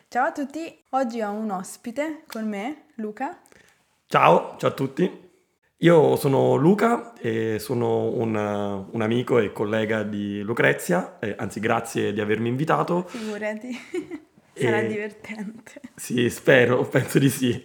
Ciao a tutti, oggi ho un ospite con me, Luca. Ciao a tutti. Io sono Luca e sono un amico e collega di Lucrezia, anzi grazie di avermi invitato. Figurati, sarà E divertente. sì, spero, penso di sì.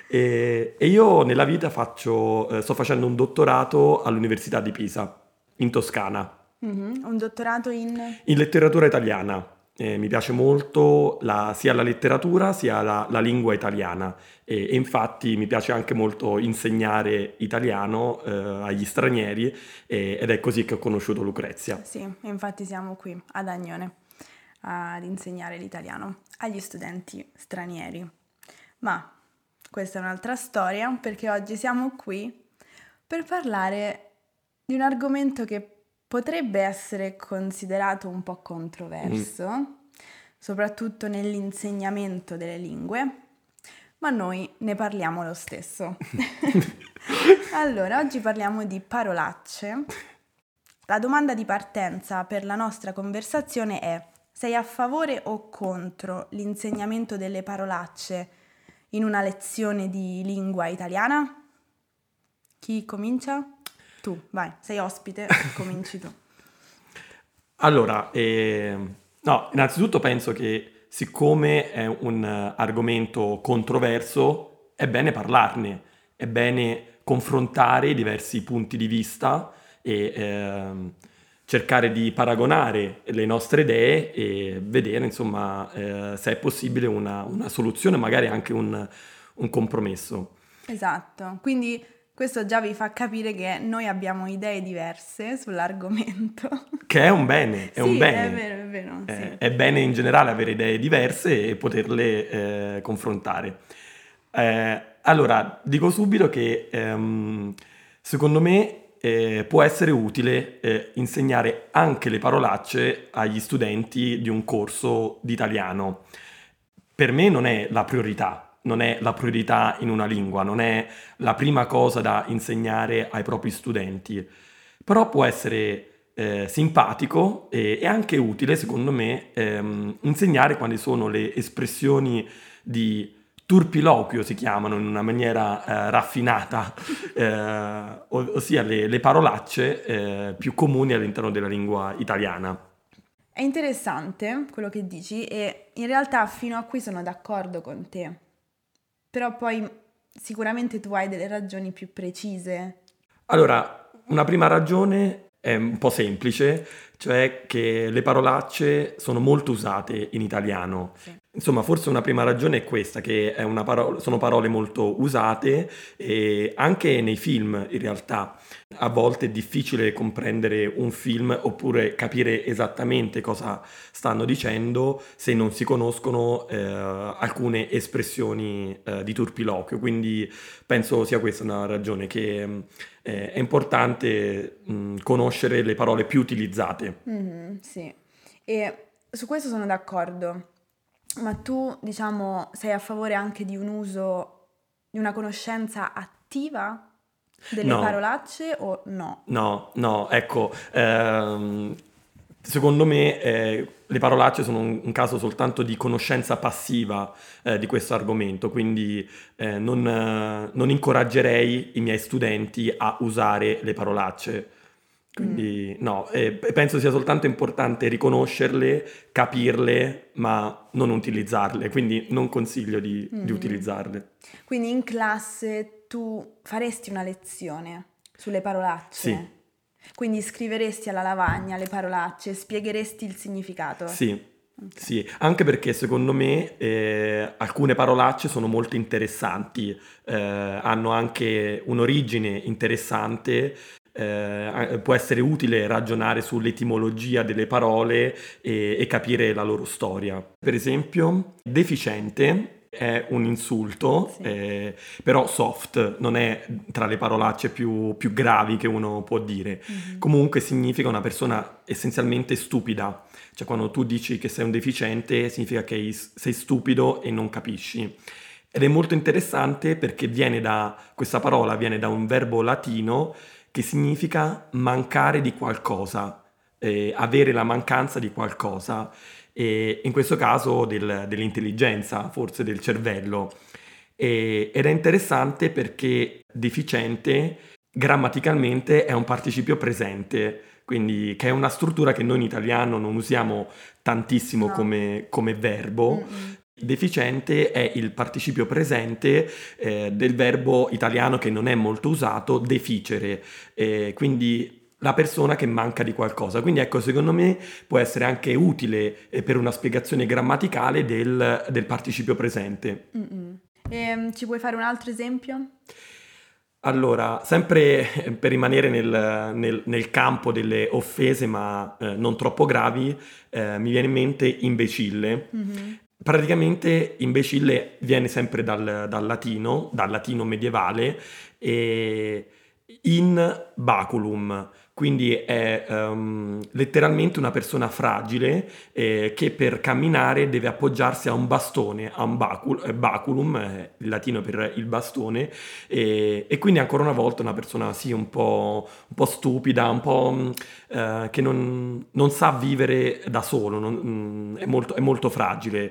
E io nella vita sto facendo un dottorato all'Università di Pisa, in Toscana. Un dottorato in... In letteratura italiana. Mi piace molto sia la letteratura sia la lingua italiana e infatti mi piace anche molto insegnare italiano agli stranieri ed è così che ho conosciuto Lucrezia. Sì, infatti siamo qui ad Agnone ad insegnare l'italiano agli studenti stranieri. Ma questa è un'altra storia perché oggi siamo qui per parlare di un argomento che potrebbe essere considerato un po' controverso, soprattutto nell'insegnamento delle lingue, ma noi ne parliamo lo stesso. Allora, oggi parliamo di parolacce. La domanda di partenza per la nostra conversazione è: sei a favore o contro l'insegnamento delle parolacce in una lezione di lingua italiana? Chi comincia? Tu, vai, sei ospite, cominci tu. Allora, no, innanzitutto penso che siccome è un argomento controverso, è bene parlarne, è bene confrontare i diversi punti di vista e cercare di paragonare le nostre idee e vedere, insomma, se è possibile una soluzione, magari anche un compromesso. Esatto, quindi questo già vi fa capire che noi abbiamo idee diverse sull'argomento. Che è un bene, è un Sì, bene. è vero, sì. È bene in generale avere idee diverse e poterle confrontare. Allora, dico subito che secondo me può essere utile insegnare anche le parolacce agli studenti di un corso di italiano. Per me non è la priorità, non è la priorità in una lingua, non è la prima cosa da insegnare ai propri studenti, però può essere simpatico e anche utile, secondo me, insegnare quali sono le espressioni di turpiloquio, si chiamano in una maniera raffinata, ossia le parolacce più comuni all'interno della lingua italiana. È interessante quello che dici e in realtà fino a qui sono d'accordo con te, però poi sicuramente tu hai delle ragioni più precise. Allora, una prima ragione è un po' semplice, cioè che le parolacce sono molto usate in italiano. Sì. Insomma, forse una prima ragione è questa, che sono parole molto usate e anche nei film in realtà. A volte è difficile comprendere un film oppure capire esattamente cosa stanno dicendo se non si conoscono alcune espressioni di turpiloquio. Quindi penso sia questa una ragione che è importante conoscere le parole più utilizzate. Sì, e su questo sono d'accordo, ma tu, diciamo, sei a favore anche di un uso, di una conoscenza attiva delle No, parolacce o no? no, ecco, secondo me le parolacce sono un caso soltanto di conoscenza passiva di questo argomento, quindi non incoraggerei i miei studenti a usare le parolacce. Quindi no, penso sia soltanto importante riconoscerle, capirle, ma non utilizzarle, quindi non consiglio di utilizzarle. Quindi in classe tu faresti una lezione sulle Sì. parolacce, quindi scriveresti alla lavagna le parolacce, spiegheresti il significato. Sì, Ok. sì, anche perché secondo me alcune parolacce sono molto interessanti, hanno anche un'origine interessante, può essere utile ragionare sull'etimologia delle parole e capire la loro storia. Per esempio, deficiente è un insulto, Sì. però soft, non è tra le parolacce più gravi che uno può dire. Comunque significa una persona essenzialmente stupida. Cioè quando tu dici che sei un deficiente significa che sei stupido e non capisci. Ed è molto interessante perché questa parola viene da un verbo latino che significa mancare di qualcosa. avere la mancanza di qualcosa, e in questo caso dell'intelligenza, forse del cervello. Ed è interessante perché deficiente grammaticalmente è un participio presente, quindi che è una struttura che noi in italiano non usiamo tantissimo No. come verbo. Mm-mm. Deficiente è il participio presente del verbo italiano che non è molto usato, deficere, quindi la persona che manca di qualcosa. Quindi ecco, secondo me può essere anche utile per una spiegazione grammaticale del participio presente. Mm-mm. Ci puoi fare un altro esempio? Allora, sempre per rimanere nel campo delle offese, ma non troppo gravi, mi viene in mente imbecille. Mhm. Praticamente imbecille viene sempre dal latino medievale, e in baculum, quindi è letteralmente una persona fragile che per camminare deve appoggiarsi a un bastone, a un baculum, il latino per il bastone, e quindi ancora una volta una persona sì un po' stupida, un po' che non sa vivere da solo, è molto fragile.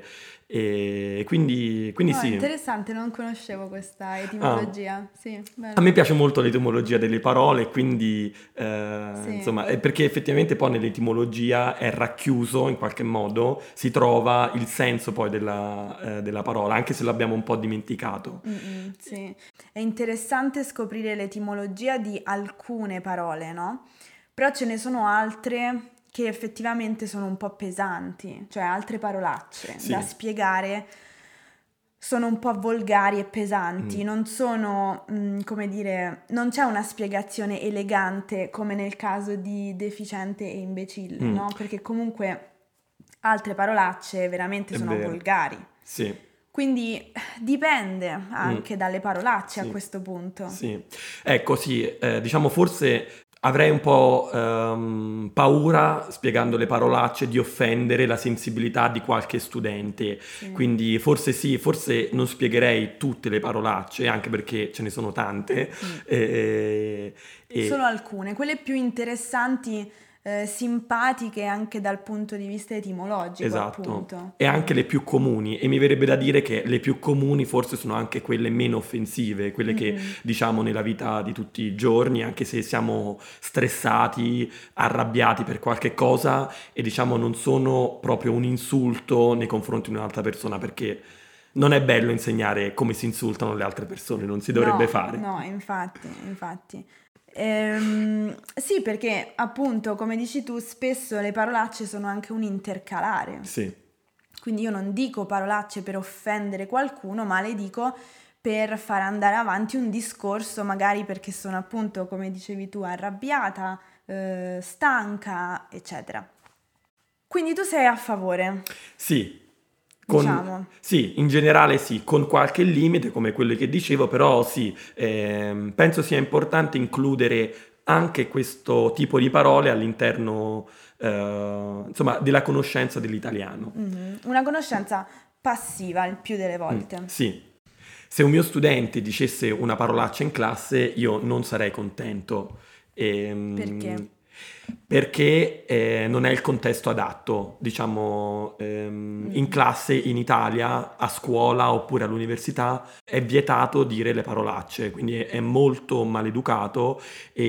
E quindi Oh, sì. interessante, non conoscevo questa Ah, etimologia. Sì, a me bello. piace molto l'etimologia delle parole, quindi Sì. insomma, è perché effettivamente poi nell'etimologia è racchiuso in qualche modo, si trova il senso poi della parola, anche se l'abbiamo un po' dimenticato. Mm-mm, sì. È interessante scoprire l'etimologia di alcune parole, no? Però ce ne sono altre che effettivamente sono un po' pesanti, cioè altre parolacce da Sì. spiegare sono un po' volgari e pesanti, Mm. non sono, come dire, non c'è una spiegazione elegante come nel caso di deficiente e imbecille, Mm. no? Perché comunque altre parolacce veramente È sono vero. volgari. Sì. Quindi dipende Mm. anche dalle parolacce a Sì, questo punto. sì. Ecco, sì, diciamo forse avrei un po' paura, spiegando le parolacce, di offendere la sensibilità di qualche studente. Sì. Quindi forse sì, forse non spiegherei tutte le parolacce, anche perché ce ne sono tante. Mm. E, Solo e- alcune, quelle più interessanti, simpatiche anche dal punto di vista etimologico, Esatto, appunto. e Mm. anche le più comuni, e mi verrebbe da dire che le più comuni forse sono anche quelle meno offensive, quelle che Mm-mm. diciamo nella vita di tutti i giorni, anche se siamo stressati, arrabbiati per qualche cosa, e diciamo non sono proprio un insulto nei confronti di un'altra persona, perché non è bello insegnare come si insultano le altre persone, non si dovrebbe No, fare. no, infatti, infatti. Sì, perché appunto, come dici tu, spesso le parolacce sono anche un intercalare. Sì, Quindi io non dico parolacce per offendere qualcuno, ma le dico per far andare avanti un discorso, magari perché sono appunto, come dicevi tu, arrabbiata, stanca, eccetera. Quindi tu sei a favore, sì. diciamo. Sì, in generale sì, con qualche limite come quelli che dicevo, però sì, penso sia importante includere anche questo tipo di parole all'interno, insomma, della conoscenza dell'italiano. Mhm. Una conoscenza passiva il più delle volte. Sì. Se un mio studente dicesse una parolaccia in classe, io non sarei contento. Perché? Ehm, Perché non è il contesto adatto, diciamo, in Mm-mm. classe in Italia, a scuola oppure all'università è vietato dire le parolacce, quindi è molto maleducato,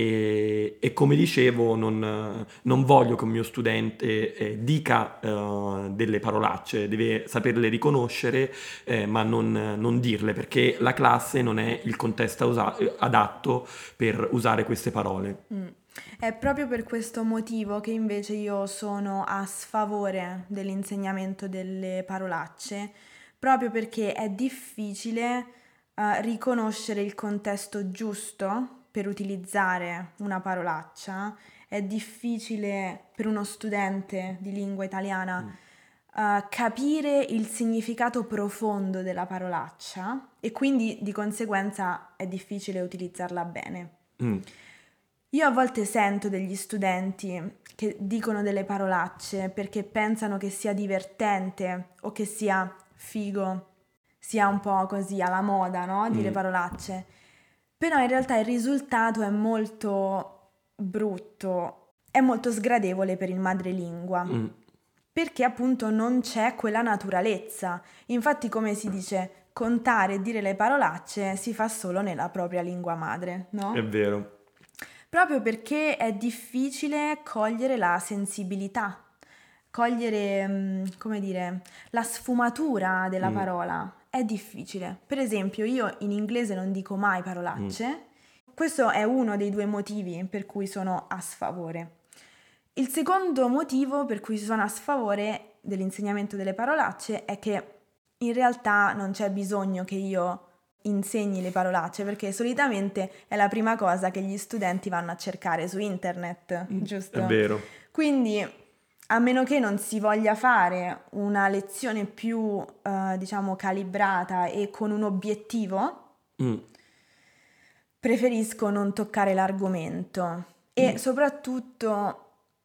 e come dicevo non voglio che un mio studente dica delle parolacce, deve saperle riconoscere, ma non dirle, perché la classe non è il contesto adatto per usare queste parole. Mm. È proprio per questo motivo che invece io sono a sfavore dell'insegnamento delle parolacce, proprio perché è difficile riconoscere il contesto giusto per utilizzare una parolaccia, è difficile per uno studente di lingua italiana capire il significato profondo della parolaccia e quindi di conseguenza è difficile utilizzarla bene. Mm. Io a volte sento degli studenti che dicono delle parolacce perché pensano che sia divertente o che sia figo, sia un po' così alla moda, no? Dire Mm. parolacce. Però in realtà il risultato è molto brutto, è molto sgradevole per il madrelingua, perché appunto non c'è quella naturalezza. Infatti, come si dice, contare e dire le parolacce si fa solo nella propria lingua madre, no? È vero. Proprio perché è difficile cogliere la sensibilità, cogliere, come dire, la sfumatura della parola. È difficile. Per esempio, io in inglese non dico mai parolacce. Questo è uno dei 2 motivi per cui sono a sfavore. Il secondo motivo per cui sono a sfavore dell'insegnamento delle parolacce è che in realtà non c'è bisogno che io insegni le parolacce, perché solitamente è la prima cosa che gli studenti vanno a cercare su internet, giusto? È vero. Quindi, a meno che non si voglia fare una lezione più, diciamo, calibrata e con un obiettivo, preferisco non toccare l'argomento. E soprattutto,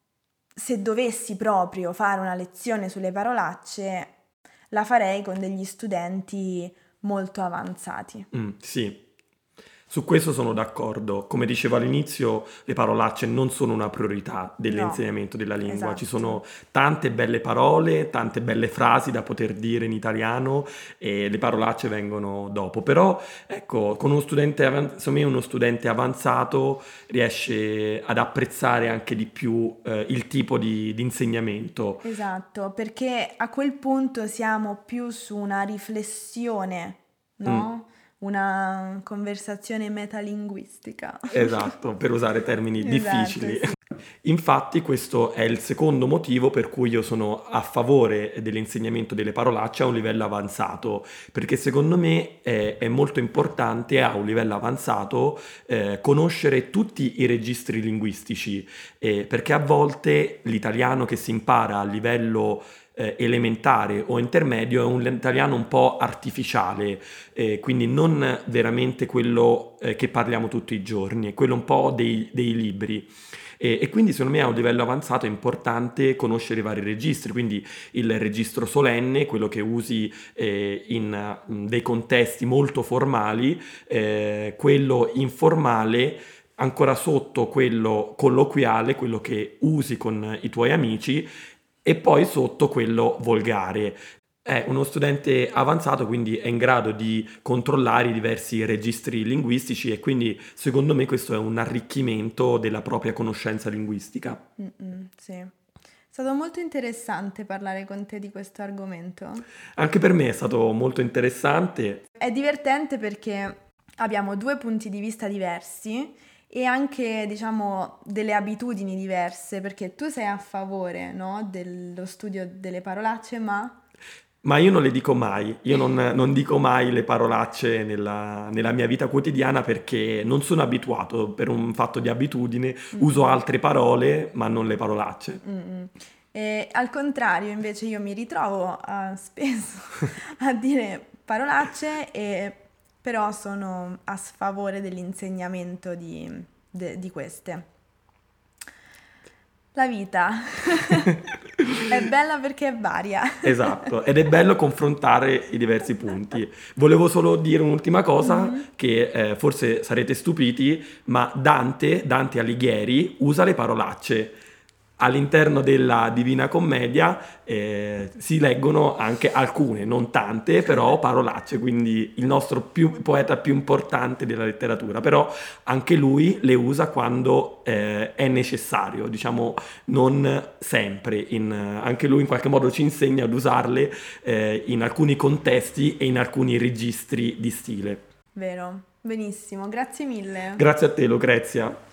se dovessi proprio fare una lezione sulle parolacce, la farei con degli studenti molto avanzati. Sì, su questo sono d'accordo. Come dicevo all'inizio, le parolacce non sono una priorità dell'insegnamento della lingua. Esatto. Ci sono tante belle parole, tante belle frasi da poter dire in italiano e le parolacce vengono dopo. Però, ecco, con secondo me uno studente avanzato riesce ad apprezzare anche di più il tipo di insegnamento. Esatto, perché a quel punto siamo più su una riflessione, no? Una conversazione metalinguistica. Esatto, per usare termini difficili. Sì. Infatti questo è il secondo motivo per cui io sono a favore dell'insegnamento delle parolacce a un livello avanzato, perché secondo me è molto importante a un livello avanzato conoscere tutti i registri linguistici, perché a volte l'italiano che si impara a livello elementare o intermedio è un italiano un po' artificiale, quindi non veramente quello che parliamo tutti i giorni, è quello un po' dei libri. E quindi secondo me a un livello avanzato è importante conoscere i vari registri, quindi il registro solenne, quello che usi in dei contesti molto formali, quello informale, ancora sotto quello colloquiale, quello che usi con i tuoi amici, e poi sotto quello volgare. È uno studente avanzato, quindi è in grado di controllare i diversi registri linguistici e quindi secondo me questo è un arricchimento della propria conoscenza linguistica. Sì. È stato molto interessante parlare con te di questo argomento. Anche per me è stato molto interessante. È divertente perché abbiamo 2 punti di vista diversi e anche, diciamo, delle abitudini diverse, perché tu sei a favore, no, dello studio delle parolacce, Ma io non le dico mai, io non dico mai le parolacce nella mia vita quotidiana perché non sono abituato, per un fatto di abitudine, uso altre parole ma non le parolacce. E al contrario, invece, io mi ritrovo spesso a dire parolacce, però sono a sfavore dell'insegnamento di queste. La vita è bella perché è varia. Esatto, ed è bello confrontare i diversi punti. Volevo solo dire un'ultima cosa che forse sarete stupiti, ma Dante Alighieri usa le parolacce. All'interno della Divina Commedia si leggono anche alcune, non tante, però parolacce, quindi il nostro poeta più importante della letteratura, però anche lui le usa quando è necessario, diciamo non sempre, anche lui in qualche modo ci insegna ad usarle in alcuni contesti e in alcuni registri di stile. Vero, benissimo, grazie mille. Grazie a te, Lucrezia.